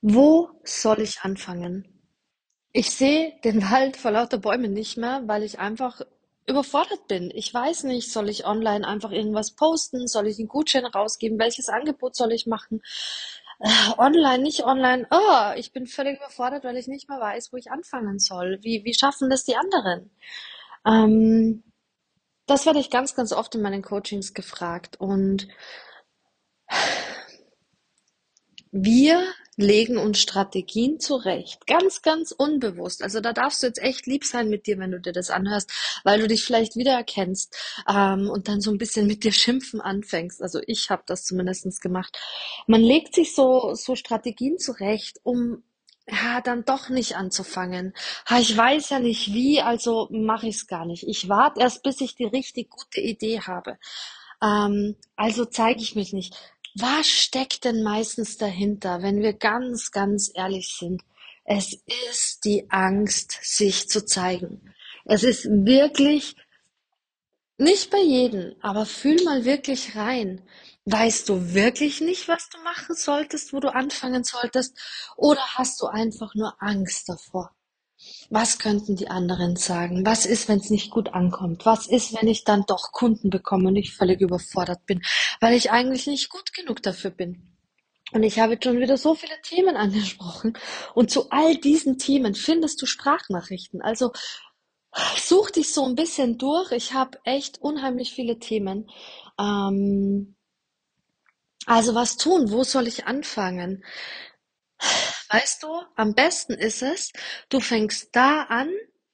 Wo soll ich anfangen? Ich sehe den Wald vor lauter Bäumen nicht mehr, weil ich einfach überfordert bin. Ich weiß nicht, soll ich online einfach irgendwas posten? Soll ich einen Gutschein rausgeben? Welches Angebot soll ich machen? Online, nicht online. Oh, ich bin völlig überfordert, weil ich nicht mehr weiß, wo ich anfangen soll. Wie schaffen das die anderen? Ähm, Das werde ich ganz, ganz oft in meinen Coachings gefragt. Und wir legen uns Strategien zurecht, ganz, ganz unbewusst. Also da darfst du jetzt echt lieb sein mit dir, wenn du dir das anhörst, weil du dich vielleicht wiedererkennst und dann so ein bisschen mit dir schimpfen anfängst. Also ich habe das zumindest gemacht. Man legt sich so Strategien zurecht, um ja, dann doch nicht anzufangen. Ha, ich weiß ja nicht wie, also mache ich es gar nicht. Ich warte erst, bis ich die richtig gute Idee habe. Also zeige ich mich nicht. Was steckt denn meistens dahinter, wenn wir ganz, ganz ehrlich sind? Es ist die Angst, sich zu zeigen. Es ist wirklich, nicht bei jedem, aber fühl mal wirklich rein. Weißt du wirklich nicht, was du machen solltest, wo du anfangen solltest? Oder hast du einfach nur Angst davor? Was könnten die anderen sagen? Was ist, wenn es nicht gut ankommt? Was ist, wenn ich dann doch Kunden bekomme und ich völlig überfordert bin, weil ich eigentlich nicht gut genug dafür bin? Und ich habe jetzt schon wieder so viele Themen angesprochen. Und zu all diesen Themen findest du Sprachnachrichten. Also such dich so ein bisschen durch. Ich habe echt unheimlich viele Themen. Ähm, also was tun? Wo soll ich anfangen? Weißt du, am besten ist es, du fängst da an,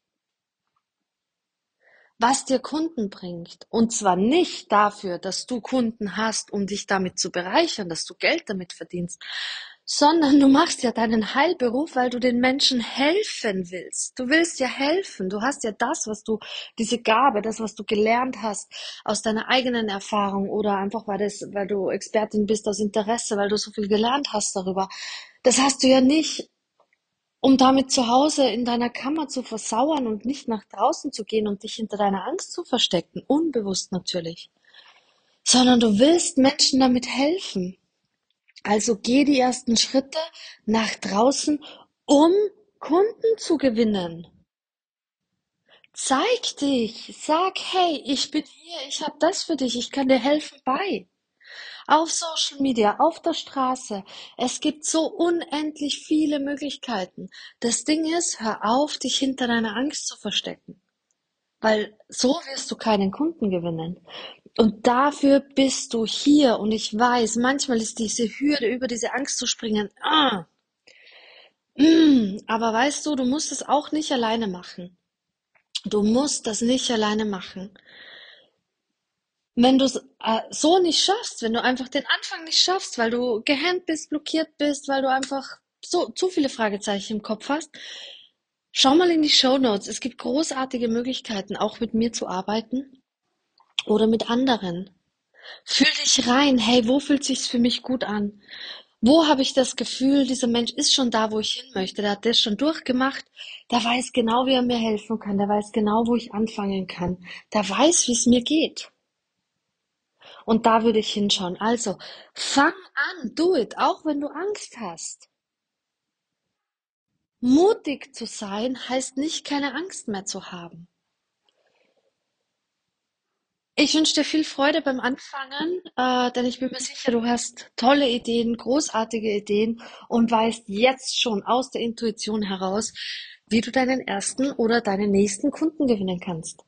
was dir Kunden bringt. Und zwar nicht dafür, dass du Kunden hast, um dich damit zu bereichern, dass du Geld damit verdienst, sondern du machst ja deinen Heilberuf, weil du den Menschen helfen willst. Du willst ja helfen. Du hast ja das, was du, diese Gabe, das, was du gelernt hast aus deiner eigenen Erfahrung oder einfach weil du Expertin bist aus Interesse, weil du so viel gelernt hast darüber. Das hast du ja nicht, um damit zu Hause in deiner Kammer zu versauern und nicht nach draußen zu gehen und dich hinter deiner Angst zu verstecken, unbewusst natürlich, sondern du willst Menschen damit helfen. Also geh die ersten Schritte nach draußen, um Kunden zu gewinnen. Zeig dich, sag, hey, ich bin hier, ich habe das für dich, ich kann dir helfen bei. Auf Social Media, auf der Straße. Es gibt so unendlich viele Möglichkeiten. Das Ding ist, hör auf, dich hinter deiner Angst zu verstecken, weil so wirst du keinen Kunden gewinnen. Und dafür bist du hier. Und ich weiß, manchmal ist diese Hürde, über diese Angst zu springen, aber weißt du, du musst es auch nicht alleine machen. Du musst das nicht alleine machen. Wenn du es so nicht schaffst, wenn du einfach den Anfang nicht schaffst, weil du gehemmt bist, blockiert bist, weil du einfach so zu viele Fragezeichen im Kopf hast, schau mal in die Shownotes. Es gibt großartige Möglichkeiten, auch mit mir zu arbeiten oder mit anderen. Fühl dich rein. Hey, wo fühlt sich's für mich gut an? Wo habe ich das Gefühl, dieser Mensch ist schon da, wo ich hin möchte. Der hat das schon durchgemacht. Der weiß genau, wie er mir helfen kann. Der weiß genau, wo ich anfangen kann. Der weiß, wie es mir geht. Und da würde ich hinschauen. Also, fang an, do it, auch wenn du Angst hast. Mutig zu sein heißt nicht, keine Angst mehr zu haben. Ich wünsche dir viel Freude beim Anfangen, denn ich bin mir sicher, du hast tolle Ideen, großartige Ideen und weißt jetzt schon aus der Intuition heraus, wie du deinen ersten oder deinen nächsten Kunden gewinnen kannst.